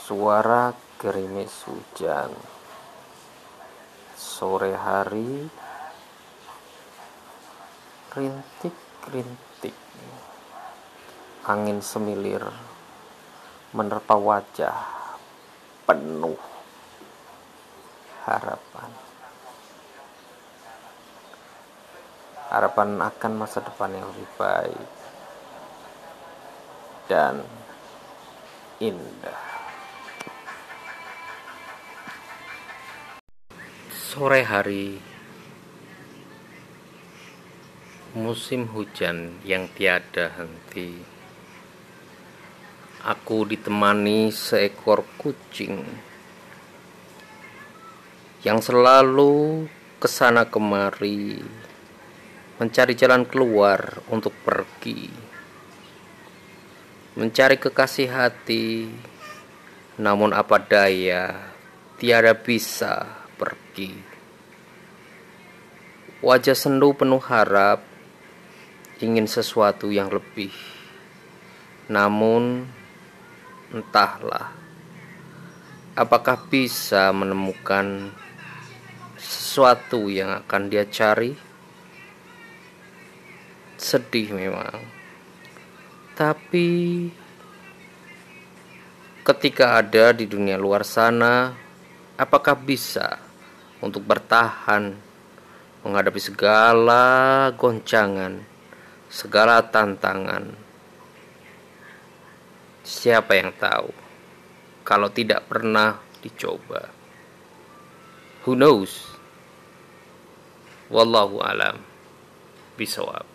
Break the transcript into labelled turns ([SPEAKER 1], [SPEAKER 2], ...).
[SPEAKER 1] Suara gerimis hujan, sore hari, rintik-rintik, angin semilir menerpa wajah penuh harapan. Harapan akan masa depan yang lebih baik dan indah. Sore hari, musim hujan yang tiada henti. Aku ditemani seekor kucing yang selalu kesana kemari mencari jalan keluar untuk pergi, mencari kekasih hati, namun apa daya tiada bisa pergi. Wajah sendu penuh harap, ingin sesuatu yang lebih, namun entahlah apakah bisa menemukan sesuatu yang akan dia cari. Sedih memang, tapi ketika ada di dunia luar sana, apakah bisa untuk bertahan menghadapi segala goncangan, segala tantangan? Siapa yang tahu kalau tidak pernah dicoba? Who knows? Wallahu alam bisawab.